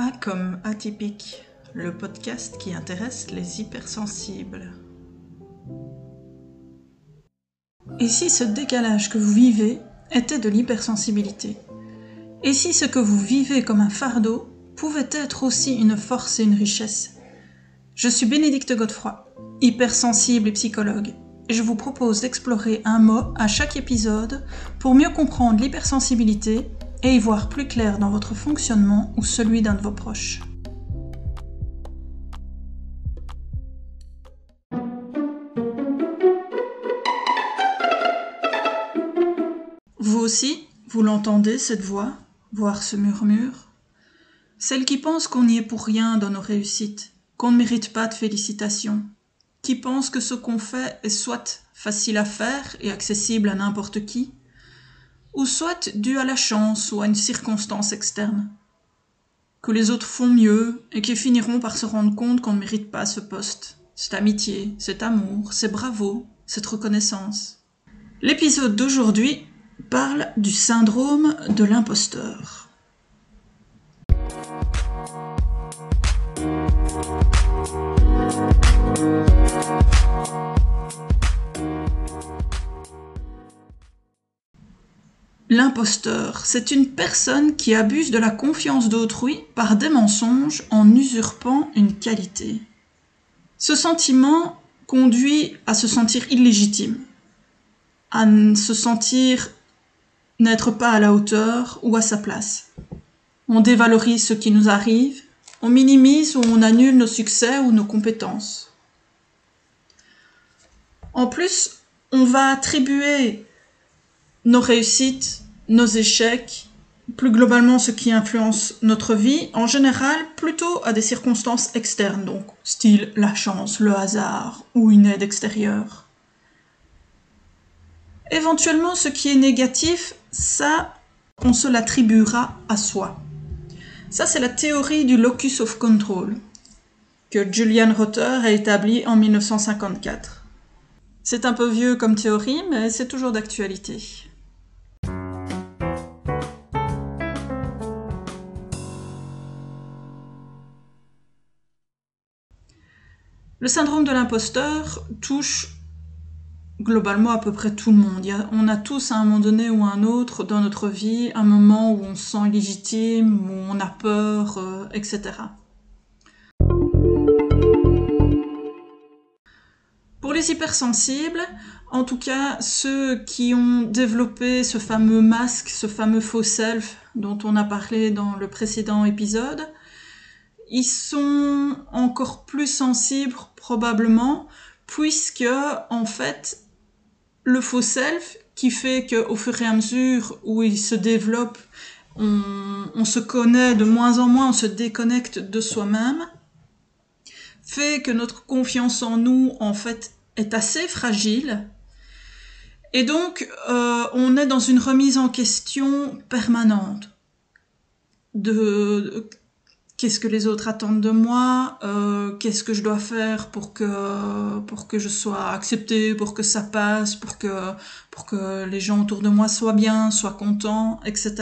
A comme atypique, le podcast qui intéresse les hypersensibles. Et si ce décalage que vous vivez était de l'hypersensibilité? Et si ce que vous vivez comme un fardeau pouvait être aussi une force et une richesse? Je suis Bénédicte Godefroy, hypersensible et psychologue, et je vous propose d'explorer un mot à chaque épisode pour mieux comprendre l'hypersensibilité et y voir plus clair dans votre fonctionnement ou celui d'un de vos proches. Vous aussi, vous l'entendez cette voix, voire ce murmure? Celle qui pense qu'on n'y est pour rien dans nos réussites, qu'on ne mérite pas de félicitations, qui pense que ce qu'on fait est soit facile à faire et accessible à n'importe qui, ou soit dû à la chance ou à une circonstance externe, que les autres font mieux et qui finiront par se rendre compte qu'on ne mérite pas ce poste, cette amitié, cet amour, ces bravos, cette reconnaissance. L'épisode d'aujourd'hui parle du syndrome de l'imposteur. L'imposteur, c'est une personne qui abuse de la confiance d'autrui par des mensonges en usurpant une qualité. Ce sentiment conduit à se sentir illégitime, à se sentir n'être pas à la hauteur ou à sa place. On dévalorise ce qui nous arrive, on minimise ou on annule nos succès ou nos compétences. En plus, on va attribuer nos réussites, nos échecs, plus globalement ce qui influence notre vie, en général plutôt à des circonstances externes, donc style la chance, le hasard ou une aide extérieure. Éventuellement, ce qui est négatif, ça, on se l'attribuera à soi. Ça, c'est la théorie du locus of control, que Julian Rother a établie en 1954. C'est un peu vieux comme théorie, mais c'est toujours d'actualité. Le syndrome de l'imposteur touche globalement à peu près tout le monde. On a tous à un moment donné ou à un autre dans notre vie un moment où on se sent illégitime, où on a peur, etc. Pour les hypersensibles, en tout cas ceux qui ont développé ce fameux masque, ce fameux faux self dont on a parlé dans le précédent épisode, ils sont encore plus sensibles probablement, puisque en fait le faux self qui fait qu'au fur et à mesure où il se développe, on se connaît de moins en moins, on se déconnecte de soi-même, fait que notre confiance en nous en fait est assez fragile, et donc on est dans une remise en question permanente de qu'est-ce que les autres attendent de moi, qu'est-ce que je dois faire pour que je sois acceptée, pour que ça passe, pour que les gens autour de moi soient bien, soient contents, etc.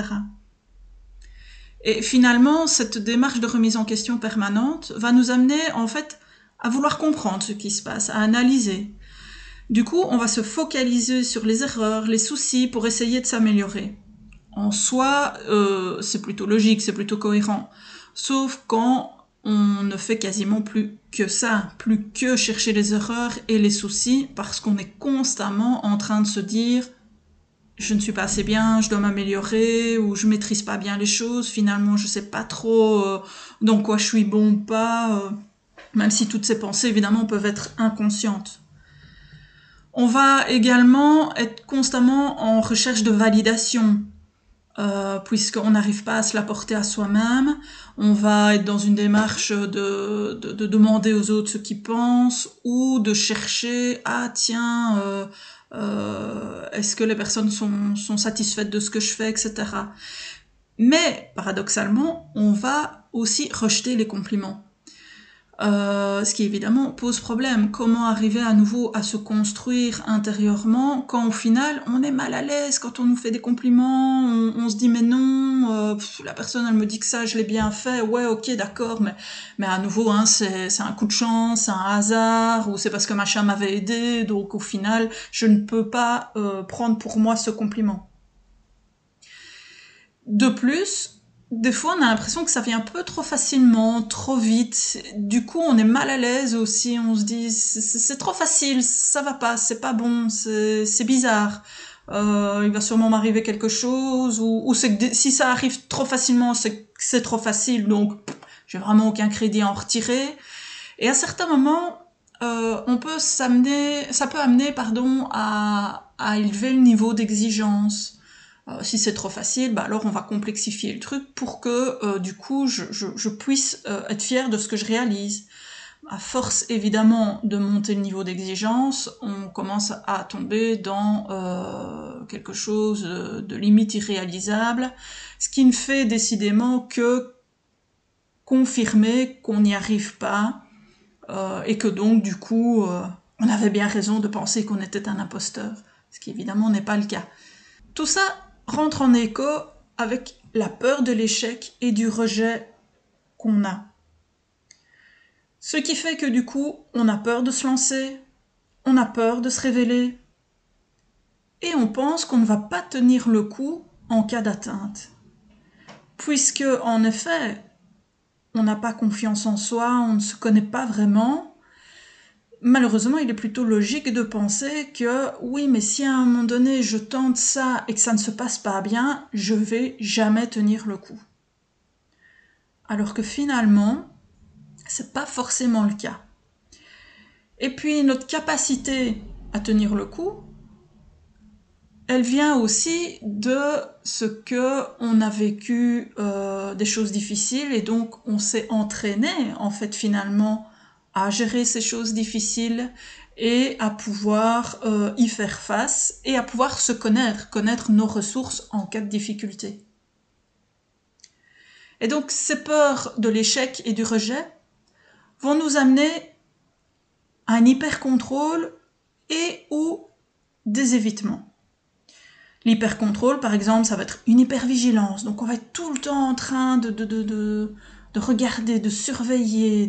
Et finalement, cette démarche de remise en question permanente va nous amener en fait à vouloir comprendre ce qui se passe, à analyser. Du coup, on va se focaliser sur les erreurs, les soucis pour essayer de s'améliorer. En soi, c'est plutôt logique, c'est plutôt cohérent. Sauf quand on ne fait quasiment plus que ça, plus que chercher les erreurs et les soucis, parce qu'on est constamment en train de se dire « je ne suis pas assez bien, je dois m'améliorer » ou « je maîtrise pas bien les choses, finalement je sais pas trop dans quoi je suis bon ou pas », même si toutes ces pensées évidemment peuvent être inconscientes. On va également être constamment en recherche de validation, puisqu'on n'arrive pas à se l'apporter à soi-même. On va être dans une démarche de demander aux autres ce qu'ils pensent, ou de chercher « ah tiens, est-ce que les personnes sont satisfaites de ce que je fais, etc. » Mais, paradoxalement, on va aussi rejeter les compliments. Ce qui évidemment pose problème. Comment arriver à nouveau à se construire intérieurement quand au final on est mal à l'aise, quand on nous fait des compliments, on se dit mais non, la personne elle me dit que ça je l'ai bien fait, ouais ok d'accord, mais à nouveau hein, c'est un coup de chance, c'est un hasard, ou c'est parce que machin m'avait aidé, donc au final je ne peux pas prendre pour moi ce compliment. De plus, des fois, on a l'impression que ça vient un peu trop facilement, trop vite. Du coup, on est mal à l'aise aussi. On se dit, c'est trop facile, ça va pas, c'est pas bon, c'est bizarre. Il va sûrement m'arriver quelque chose, ou c'est que si ça arrive trop facilement, c'est que c'est trop facile, donc j'ai vraiment aucun crédit à en retirer. Et à certains moments, ça peut amener, pardon, à élever le niveau d'exigence. Si c'est trop facile, bah alors on va complexifier le truc pour que du coup je puisse être fière de ce que je réalise. À force évidemment de monter le niveau d'exigence, on commence à tomber dans quelque chose de limite irréalisable, ce qui ne fait décidément que confirmer qu'on n'y arrive pas et que donc du coup on avait bien raison de penser qu'on était un imposteur, ce qui évidemment n'est pas le cas. Tout ça rentre en écho avec la peur de l'échec et du rejet qu'on a. Ce qui fait que du coup, on a peur de se lancer, on a peur de se révéler, et on pense qu'on ne va pas tenir le coup en cas d'atteinte. Puisque, en effet, on n'a pas confiance en soi, on ne se connaît pas vraiment, malheureusement, il est plutôt logique de penser que oui, mais si à un moment donné je tente ça et que ça ne se passe pas bien, je vais jamais tenir le coup. Alors que finalement, c'est pas forcément le cas. Et puis notre capacité à tenir le coup, elle vient aussi de ce que on a vécu des choses difficiles et donc on s'est entraîné en fait finalement à gérer ces choses difficiles et à pouvoir y faire face et à pouvoir se connaître nos ressources en cas de difficulté. Et donc ces peurs de l'échec et du rejet vont nous amener à un hyper-contrôle et ou des évitements. L'hyper-contrôle, par exemple, ça va être une hyper-vigilance. Donc on va être tout le temps en train de regarder, de surveiller,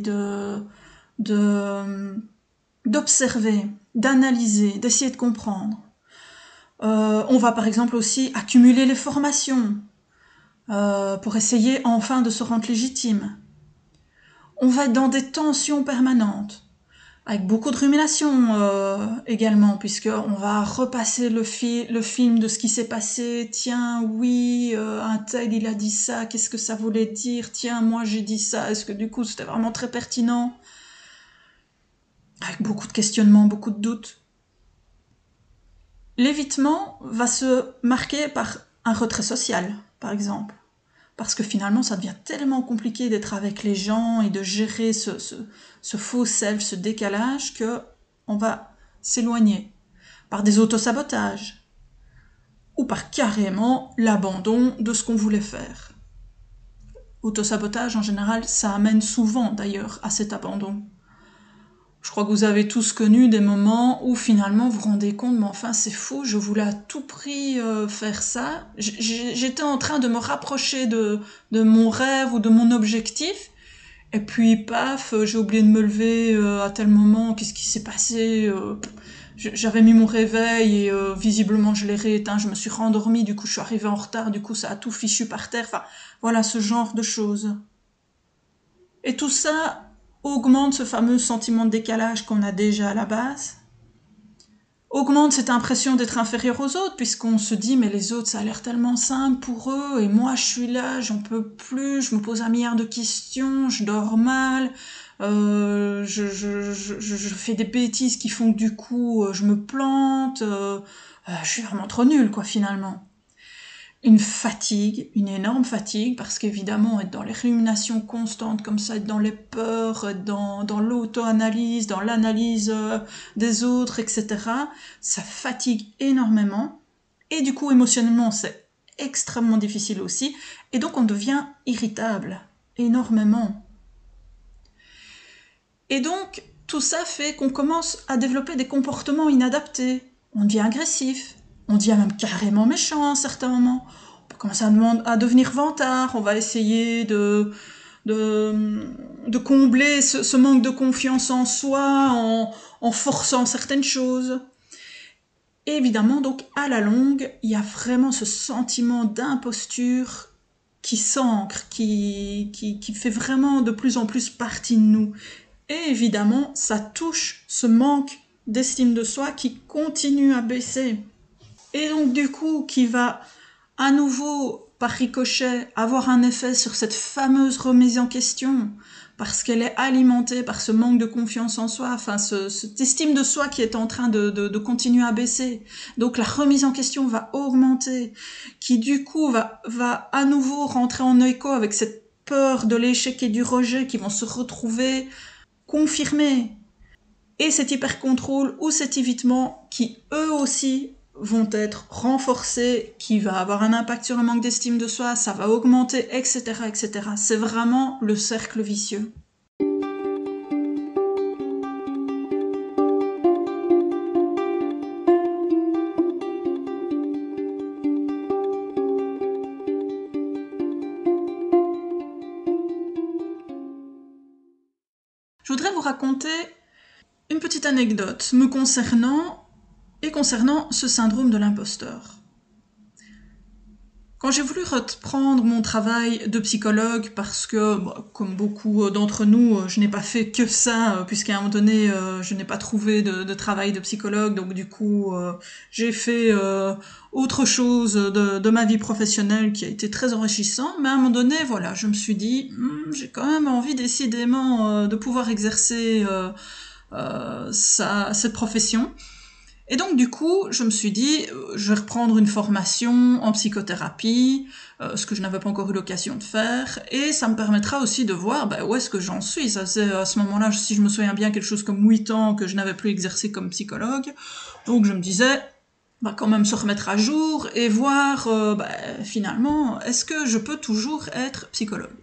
d'observer, d'analyser, d'essayer de comprendre. On va par exemple aussi accumuler les formations pour essayer enfin de se rendre légitime. On va être dans des tensions permanentes. Avec beaucoup de rumination également, puisqu'on va repasser le film de ce qui s'est passé. Tiens, oui, un tel il a dit ça, qu'est-ce que ça voulait dire? Tiens, moi j'ai dit ça, est-ce que du coup c'était vraiment très pertinent? Avec beaucoup de questionnements, beaucoup de doutes. L'évitement va se marquer par un retrait social, par exemple. Parce que finalement, ça devient tellement compliqué d'être avec les gens et de gérer ce faux self, ce décalage, que on va s'éloigner par des autosabotages ou par carrément l'abandon de ce qu'on voulait faire. Autosabotage, en général, ça amène souvent d'ailleurs à cet abandon. Je crois que vous avez tous connu des moments où finalement vous vous rendez compte, mais enfin c'est fou, je voulais à tout prix faire ça. J'étais en train de me rapprocher de mon rêve ou de mon objectif, et puis paf, j'ai oublié de me lever à tel moment, qu'est-ce qui s'est passé j'avais mis mon réveil et visiblement je l'ai rééteint, je me suis rendormie, du coup je suis arrivée en retard, du coup ça a tout fichu par terre, enfin voilà ce genre de choses. Et tout ça augmente ce fameux sentiment de décalage qu'on a déjà à la base, augmente cette impression d'être inférieur aux autres, puisqu'on se dit mais les autres ça a l'air tellement simple pour eux, et moi je suis là, j'en peux plus, je me pose un milliard de questions, je dors mal, je fais des bêtises qui font que du coup je me plante, je suis vraiment trop nulle quoi finalement. Une fatigue, une énorme fatigue, parce qu'évidemment, être dans les ruminations constantes comme ça, être dans les peurs, être dans l'auto-analyse, dans l'analyse des autres, etc., ça fatigue énormément. Et du coup, émotionnellement, c'est extrêmement difficile aussi. Et donc, on devient irritable, énormément. Et donc, tout ça fait qu'on commence à développer des comportements inadaptés. On devient agressif, on devient même carrément méchant à un certain moment. On commence à devenir vantard, on va essayer de, de combler ce manque de confiance en soi en forçant certaines choses. Et évidemment, donc, à la longue, il y a vraiment ce sentiment d'imposture qui s'ancre, qui fait vraiment de plus en plus partie de nous. Et évidemment, ça touche ce manque d'estime de soi qui continue à baisser. Et donc, du coup, qui va à nouveau, par ricochet, avoir un effet sur cette fameuse remise en question, parce qu'elle est alimentée par ce manque de confiance en soi, enfin, cette estime de soi qui est en train de continuer à baisser. Donc, la remise en question va augmenter, qui du coup va à nouveau rentrer en écho avec cette peur de l'échec et du rejet qui vont se retrouver confirmés. Et cet hyper-contrôle ou cet évitement qui, eux aussi, vont être renforcés, qui va avoir un impact sur le manque d'estime de soi, ça va augmenter, etc., etc. C'est vraiment le cercle vicieux. Je voudrais vous raconter une petite anecdote me concernant et concernant ce syndrome de l'imposteur. Quand j'ai voulu reprendre mon travail de psychologue, parce que, comme beaucoup d'entre nous, je n'ai pas fait que ça, puisqu'à un moment donné, je n'ai pas trouvé de travail de psychologue, donc du coup, j'ai fait autre chose de ma vie professionnelle qui a été très enrichissant, mais à un moment donné, voilà, je me suis dit, j'ai quand même envie décidément de pouvoir exercer cette profession. Et donc du coup, je me suis dit, je vais reprendre une formation en psychothérapie, ce que je n'avais pas encore eu l'occasion de faire, et ça me permettra aussi de voir où est-ce que j'en suis. Ça, c'est à ce moment-là, si je me souviens bien, quelque chose comme 8 ans que je n'avais plus exercé comme psychologue. Donc je me disais, quand même se remettre à jour et voir finalement, est-ce que je peux toujours être psychologue.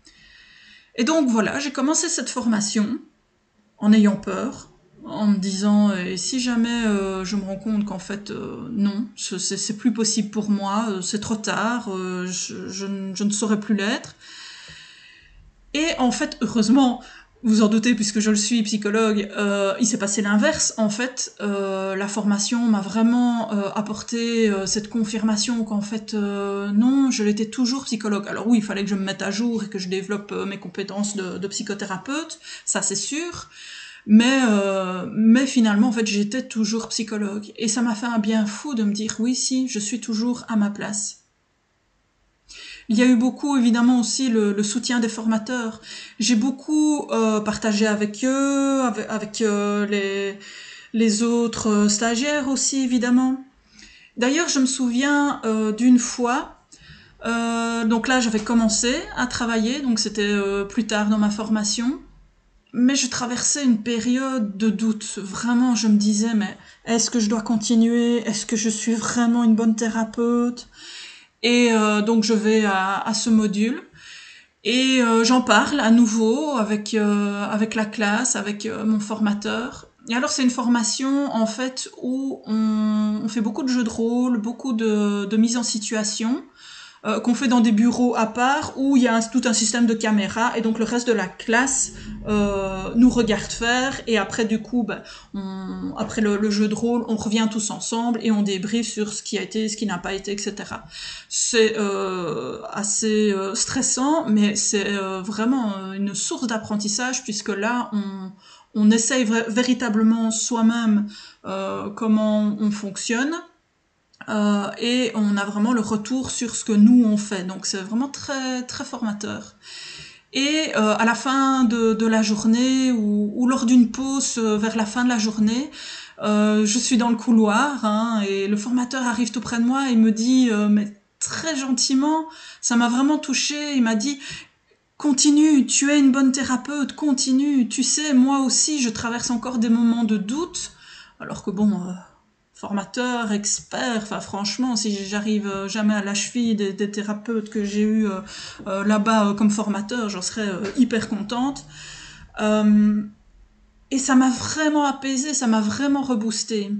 Et donc voilà, j'ai commencé cette formation en ayant peur, en me disant et si jamais je me rends compte qu'en fait non, c'est plus possible pour moi, c'est trop tard, je ne saurais plus l'être. Et en fait, heureusement, vous en doutez puisque je le suis psychologue, il s'est passé l'inverse. En fait, la formation m'a vraiment apporté cette confirmation qu'en fait non, je l'étais toujours psychologue. Alors oui, il fallait que je me mette à jour et que je développe mes compétences de psychothérapeute, ça c'est sûr. Mais finalement, en fait, j'étais toujours psychologue. Et ça m'a fait un bien fou de me dire, oui, si, je suis toujours à ma place. Il y a eu beaucoup, évidemment, aussi le soutien des formateurs. J'ai beaucoup partagé avec eux, avec les autres stagiaires aussi, évidemment. D'ailleurs, je me souviens d'une fois, donc là, j'avais commencé à travailler, donc c'était plus tard dans ma formation. Mais je traversais une période de doute. Vraiment, je me disais, mais est-ce que je dois continuer? Est-ce que je suis vraiment une bonne thérapeute? Et donc, je vais à ce module. Et j'en parle à nouveau avec la classe, avec mon formateur. Et alors, c'est une formation, en fait, où on fait beaucoup de jeux de rôle, beaucoup de mise en situation. Qu'on fait dans des bureaux à part où il y a tout un système de caméras et donc le reste de la classe nous regarde faire et après du coup après le jeu de rôle on revient tous ensemble et on débriefe sur ce qui a été, ce qui n'a pas été, etc. C'est assez stressant mais c'est vraiment une source d'apprentissage puisque là on essaye véritablement soi-même comment on fonctionne. Et on a vraiment le retour sur ce que nous on fait, donc c'est vraiment très très formateur. Et à la fin de la journée ou lors d'une pause vers la fin de la journée, je suis dans le couloir et le formateur arrive tout près de moi et me dit mais très gentiment, ça m'a vraiment touchée, il m'a dit continue, tu es une bonne thérapeute, continue, tu sais moi aussi je traverse encore des moments de doute, alors que formateur, expert, enfin franchement, si j'arrive jamais à la cheville des thérapeutes que j'ai eu là-bas comme formateur, j'en serais hyper contente. Et ça m'a vraiment apaisé, ça m'a vraiment reboosté.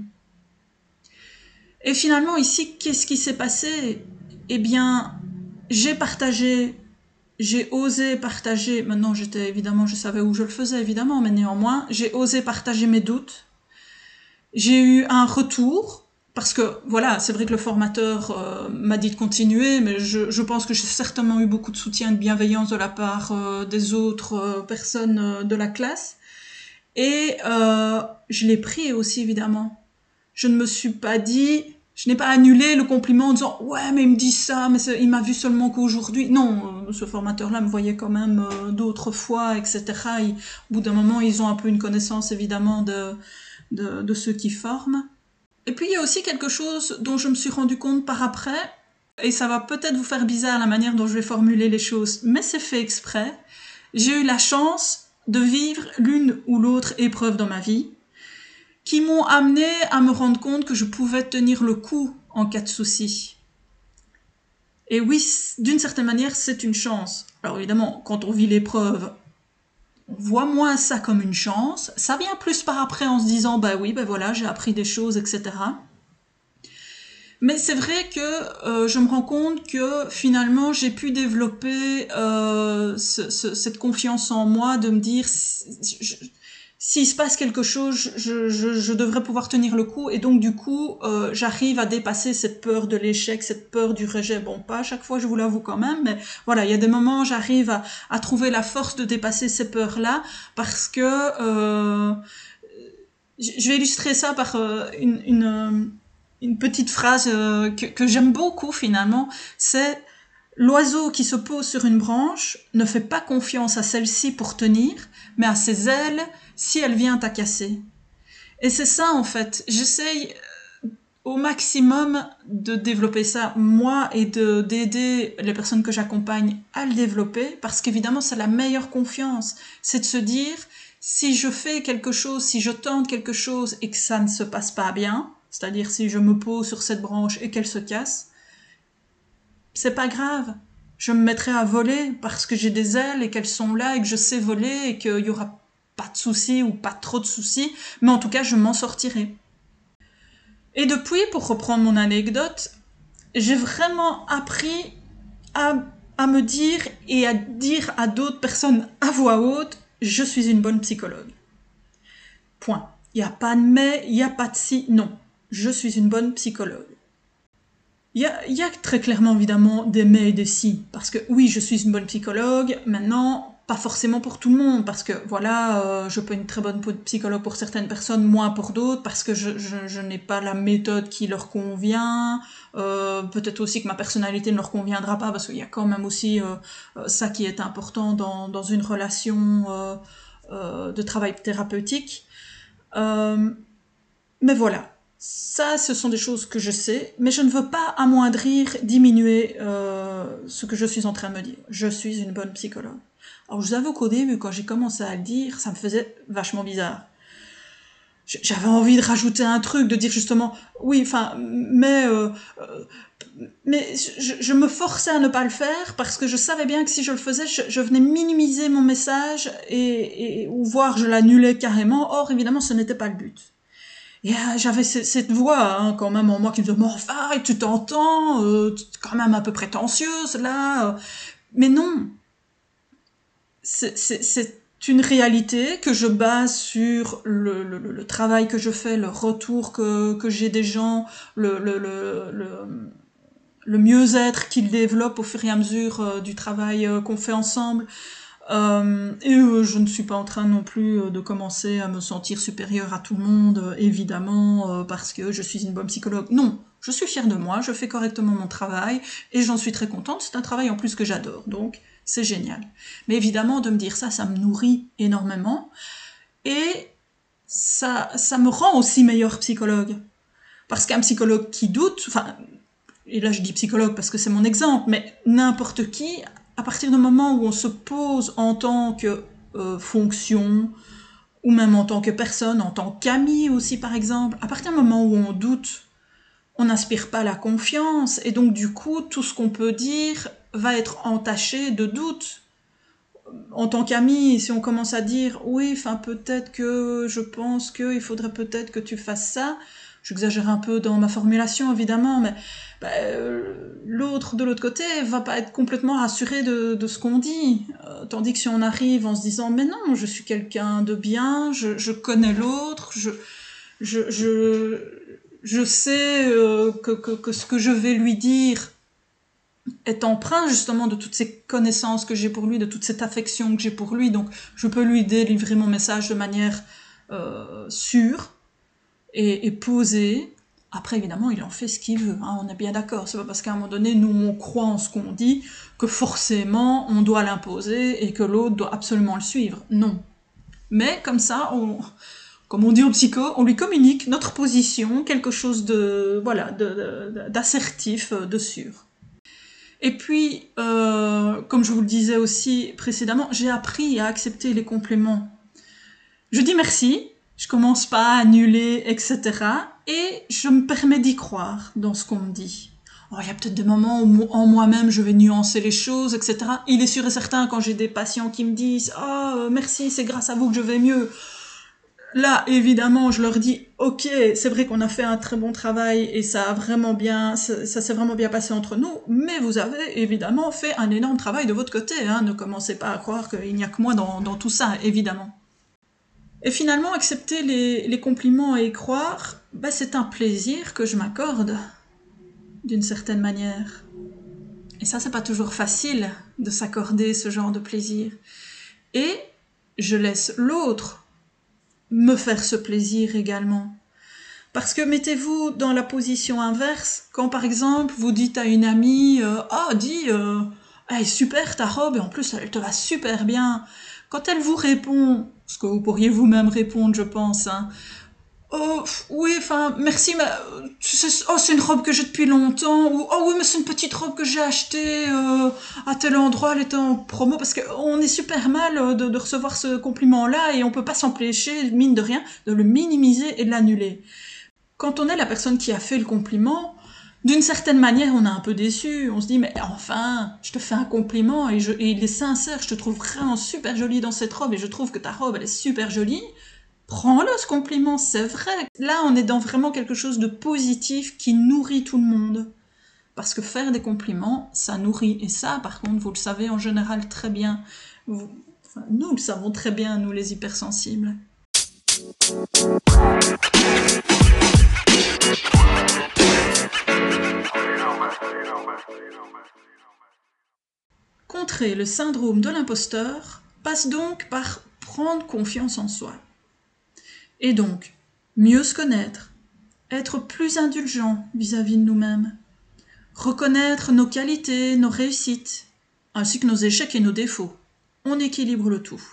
Et finalement, ici, qu'est-ce qui s'est passé? Eh bien, j'ai partagé, j'ai osé partager. Maintenant, je savais où je le faisais, évidemment, mais néanmoins, j'ai osé partager mes doutes. J'ai eu un retour, parce que, voilà, c'est vrai que le formateur m'a dit de continuer, mais je pense que j'ai certainement eu beaucoup de soutien et de bienveillance de la part des autres personnes de la classe. Et je l'ai pris aussi, évidemment. Je ne me suis pas dit, je n'ai pas annulé le compliment en disant ouais mais il me dit ça, mais il m'a vu seulement qu'aujourd'hui. Non, ce formateur-là me voyait quand même d'autres fois, etc. Au bout d'un moment, ils ont un peu une connaissance évidemment de ceux qui forment. Et puis il y a aussi quelque chose dont je me suis rendu compte par après, et ça va peut-être vous faire bizarre la manière dont je vais formuler les choses, mais c'est fait exprès. J'ai eu la chance de vivre l'une ou l'autre épreuve dans ma vie, qui m'ont amené à me rendre compte que je pouvais tenir le coup en cas de souci. Et oui, d'une certaine manière, c'est une chance. Alors évidemment, quand on vit l'épreuve, on voit moins ça comme une chance. Ça vient plus par après en se disant, bah oui, bah voilà, j'ai appris des choses, etc. Mais c'est vrai que je me rends compte que finalement, j'ai pu développer cette confiance en moi de me dire, s'il se passe quelque chose, je devrais pouvoir tenir le coup. Et donc, du coup, j'arrive à dépasser cette peur de l'échec, cette peur du rejet. Bon, pas à chaque fois, je vous l'avoue quand même, mais voilà, il y a des moments où j'arrive à trouver la force de dépasser ces peurs-là, parce que je vais illustrer ça par une petite phrase que j'aime beaucoup finalement. C'est: l'oiseau qui se pose sur une branche ne fait pas confiance à celle-ci pour tenir, mais à ses ailes si elle vient à casser. Et c'est ça en fait. J'essaye au maximum de développer ça moi et d'aider les personnes que j'accompagne à le développer, parce qu'évidemment c'est la meilleure confiance. C'est de se dire, si je fais quelque chose, si je tente quelque chose et que ça ne se passe pas bien, c'est-à-dire si je me pose sur cette branche et qu'elle se casse, c'est pas grave. Je me mettrai à voler parce que j'ai des ailes et qu'elles sont là et que je sais voler et qu'il y aura pas de soucis ou pas trop de soucis, mais en tout cas je m'en sortirai. Et depuis, pour reprendre mon anecdote, j'ai vraiment appris à, à me dire et à dire à d'autres personnes à voix haute, je suis une bonne psychologue. Point. Il n'y a pas de mais, il n'y a pas de si, non. Je suis une bonne psychologue. Il y a très clairement évidemment des mais et des si, parce que oui, je suis une bonne psychologue, maintenant, pas forcément pour tout le monde, parce que voilà, je peux être une très bonne psychologue pour certaines personnes, moins pour d'autres, parce que je n'ai pas la méthode qui leur convient, peut-être aussi que ma personnalité ne leur conviendra pas, parce qu'il y a quand même aussi ça qui est important dans une relation de travail thérapeutique. Mais voilà, ça, ce sont des choses que je sais, mais je ne veux pas amoindrir, diminuer ce que je suis en train de me dire. Je suis une bonne psychologue. Alors, je vous avoue qu'au début, quand j'ai commencé à le dire, ça me faisait vachement bizarre. J'avais envie de rajouter un truc, de dire justement, oui, enfin, mais je me forçais à ne pas le faire parce que je savais bien que si je le faisais, je venais minimiser mon message ou voire je l'annulais carrément. Or, évidemment, ce n'était pas le but. Et j'avais cette voix quand même en moi qui me disait « Mais enfin, tu t'entends, tu es quand même un peu prétentieuse là. » Mais non, c'est une réalité que je base sur le travail que je fais, le retour que j'ai des gens, le mieux-être qu'ils développent au fur et à mesure du travail qu'on fait ensemble. Je ne suis pas en train non plus de commencer à me sentir supérieure à tout le monde, évidemment, parce que je suis une bonne psychologue. Non, je suis fière de moi, je fais correctement mon travail, et j'en suis très contente. C'est un travail en plus que j'adore, donc c'est génial. Mais évidemment, de me dire ça, ça me nourrit énormément, et ça me rend aussi meilleure psychologue. Parce qu'un psychologue qui doute, enfin, et là je dis psychologue parce que c'est mon exemple, mais n'importe qui, à partir du moment où on se pose en tant que fonction, ou même en tant que personne, en tant qu'ami aussi par exemple, à partir du moment où on doute, on n'inspire pas la confiance, et donc du coup tout ce qu'on peut dire va être entaché de doute. en tant qu'ami, si on commence à dire oui, enfin peut-être que je pense qu'il faudrait peut-être que tu fasses ça, j'exagère un peu dans ma formulation évidemment, mais l'autre de l'autre côté va pas être complètement rassuré de ce qu'on dit. Tandis que si on arrive en se disant mais non, je suis quelqu'un de bien, je connais l'autre, je, je, je sais que ce que je vais lui dire est empreint justement de toutes ces connaissances que j'ai pour lui, de toute cette affection que j'ai pour lui, donc je peux lui délivrer mon message de manière sûre et posée. Après, évidemment, il en fait ce qu'il veut, hein, on est bien d'accord. C'est pas parce qu'à un moment donné, nous, on croit en ce qu'on dit, que forcément, on doit l'imposer et que l'autre doit absolument le suivre. Non. Mais comme ça, comme on dit au psycho, on lui communique notre position, quelque chose de, voilà, d'assertif, de sûr. Et puis, comme je vous le disais aussi précédemment, j'ai appris à accepter les compliments. Je dis merci, je commence pas à annuler, etc. Et je me permets d'y croire dans ce qu'on me dit. Alors, il y a peut-être des moments où en moi-même je vais nuancer les choses, etc. Il est sûr et certain quand j'ai des patients qui me disent « Ah, merci, c'est grâce à vous que je vais mieux ». Là, évidemment, je leur dis, ok, c'est vrai qu'on a fait un très bon travail et ça s'est vraiment bien passé entre nous, mais vous avez évidemment fait un énorme travail de votre côté, hein. Ne commencez pas à croire qu'il n'y a que moi dans tout ça, évidemment. Et finalement, accepter les compliments et y croire, c'est un plaisir que je m'accorde, d'une certaine manière. Et ça, c'est pas toujours facile de s'accorder ce genre de plaisir. Et je laisse l'autre me faire ce plaisir également. Parce que mettez-vous dans la position inverse, quand par exemple vous dites à une amie « Ah, dis, hey, super ta robe, et en plus elle te va super bien », quand elle vous répond, ce que vous pourriez vous-même répondre je pense, hein, oh oui, enfin merci, mais tu sais, oh c'est une robe que j'ai depuis longtemps, ou oh oui mais c'est une petite robe que j'ai achetée à tel endroit, elle était en promo, parce qu'on est super mal de recevoir ce compliment-là et on peut pas s'empêcher, mine de rien, de le minimiser et de l'annuler. Quand on est la personne qui a fait le compliment, d'une certaine manière, on est un peu déçu. On se dit, mais enfin, je te fais un compliment et il est sincère, je te trouve vraiment super jolie dans cette robe et je trouve que ta robe, elle est super jolie. Prends-le, ce compliment, c'est vrai. Là, on est dans vraiment quelque chose de positif qui nourrit tout le monde. Parce que faire des compliments, ça nourrit. Et ça, par contre, vous le savez en général très bien. Nous le savons très bien, nous les hypersensibles. Contrer le syndrome de l'imposteur passe donc par prendre confiance en soi. Et donc, mieux se connaître, être plus indulgent vis-à-vis de nous-mêmes, reconnaître nos qualités, nos réussites, ainsi que nos échecs et nos défauts. On équilibre le tout.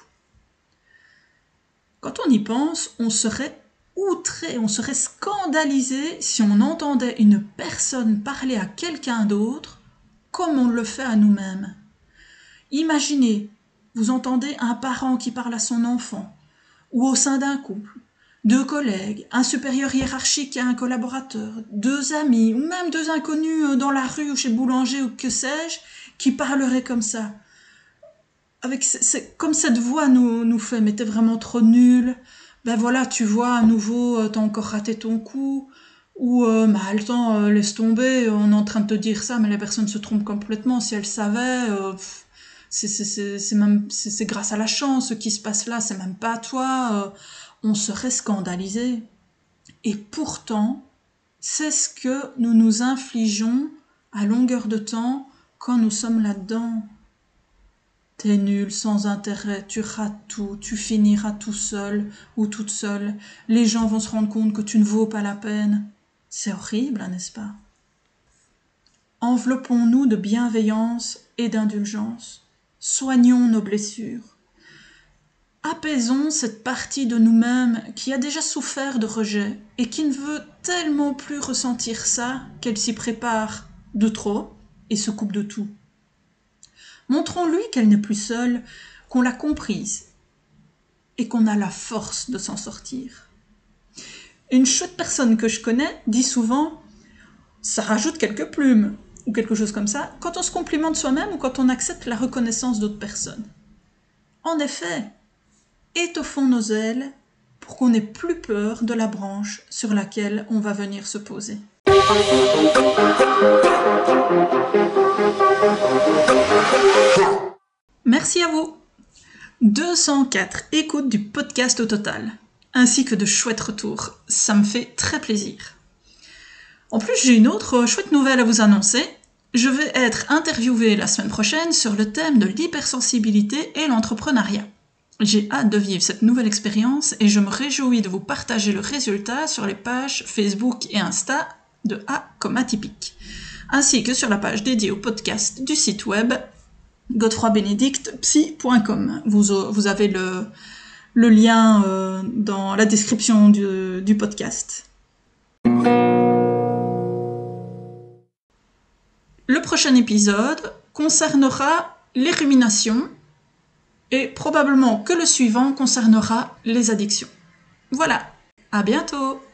Quand on y pense, on serait outré, on serait scandalisé si on entendait une personne parler à quelqu'un d'autre comme on le fait à nous-mêmes. Imaginez, vous entendez un parent qui parle à son enfant, ou au sein d'un couple, deux collègues, un supérieur hiérarchique et un collaborateur, deux amis, ou même deux inconnus dans la rue ou chez le boulanger ou que sais-je, qui parleraient comme ça. Comme cette voix nous fait, mais t'es vraiment trop nul, ben voilà, tu vois, à nouveau, t'as encore raté ton coup, ou attends, laisse tomber, on est en train de te dire ça, mais la personne se trompe complètement, si elle savait, c'est grâce à la chance, ce qui se passe là, c'est même pas à toi, on serait scandalisé. Et pourtant, c'est ce que nous nous infligeons à longueur de temps quand nous sommes là-dedans. T'es nul, sans intérêt, tu rates tout, tu finiras tout seul ou toute seule. Les gens vont se rendre compte que tu ne vaux pas la peine. C'est horrible, n'est-ce pas? Enveloppons-nous de bienveillance et d'indulgence. Soignons nos blessures. Apaisons cette partie de nous-mêmes qui a déjà souffert de rejet et qui ne veut tellement plus ressentir ça qu'elle s'y prépare de trop et se coupe de tout. Montrons-lui qu'elle n'est plus seule, qu'on l'a comprise et qu'on a la force de s'en sortir. Une chouette personne que je connais dit souvent « ça rajoute quelques plumes » ou quelque chose comme ça, quand on se complimente soi-même ou quand on accepte la reconnaissance d'autres personnes. En effet, étoffons nos ailes pour qu'on n'ait plus peur de la branche sur laquelle on va venir se poser. Merci à vous. 204 écoutes du podcast au total, ainsi que de chouettes retours. Ça me fait très plaisir. En plus, j'ai une autre chouette nouvelle à vous annoncer. Je vais être interviewée la semaine prochaine sur le thème de l'hypersensibilité et l'entrepreneuriat. J'ai hâte de vivre cette nouvelle expérience et je me réjouis de vous partager le résultat sur les pages Facebook et Insta de A comme atypique, ainsi que sur la page dédiée au podcast du site web godefroybenedictpsy.com. Vous avez le lien dans la description du podcast. Le prochain épisode concernera les ruminations et probablement que le suivant concernera les addictions. Voilà, à bientôt!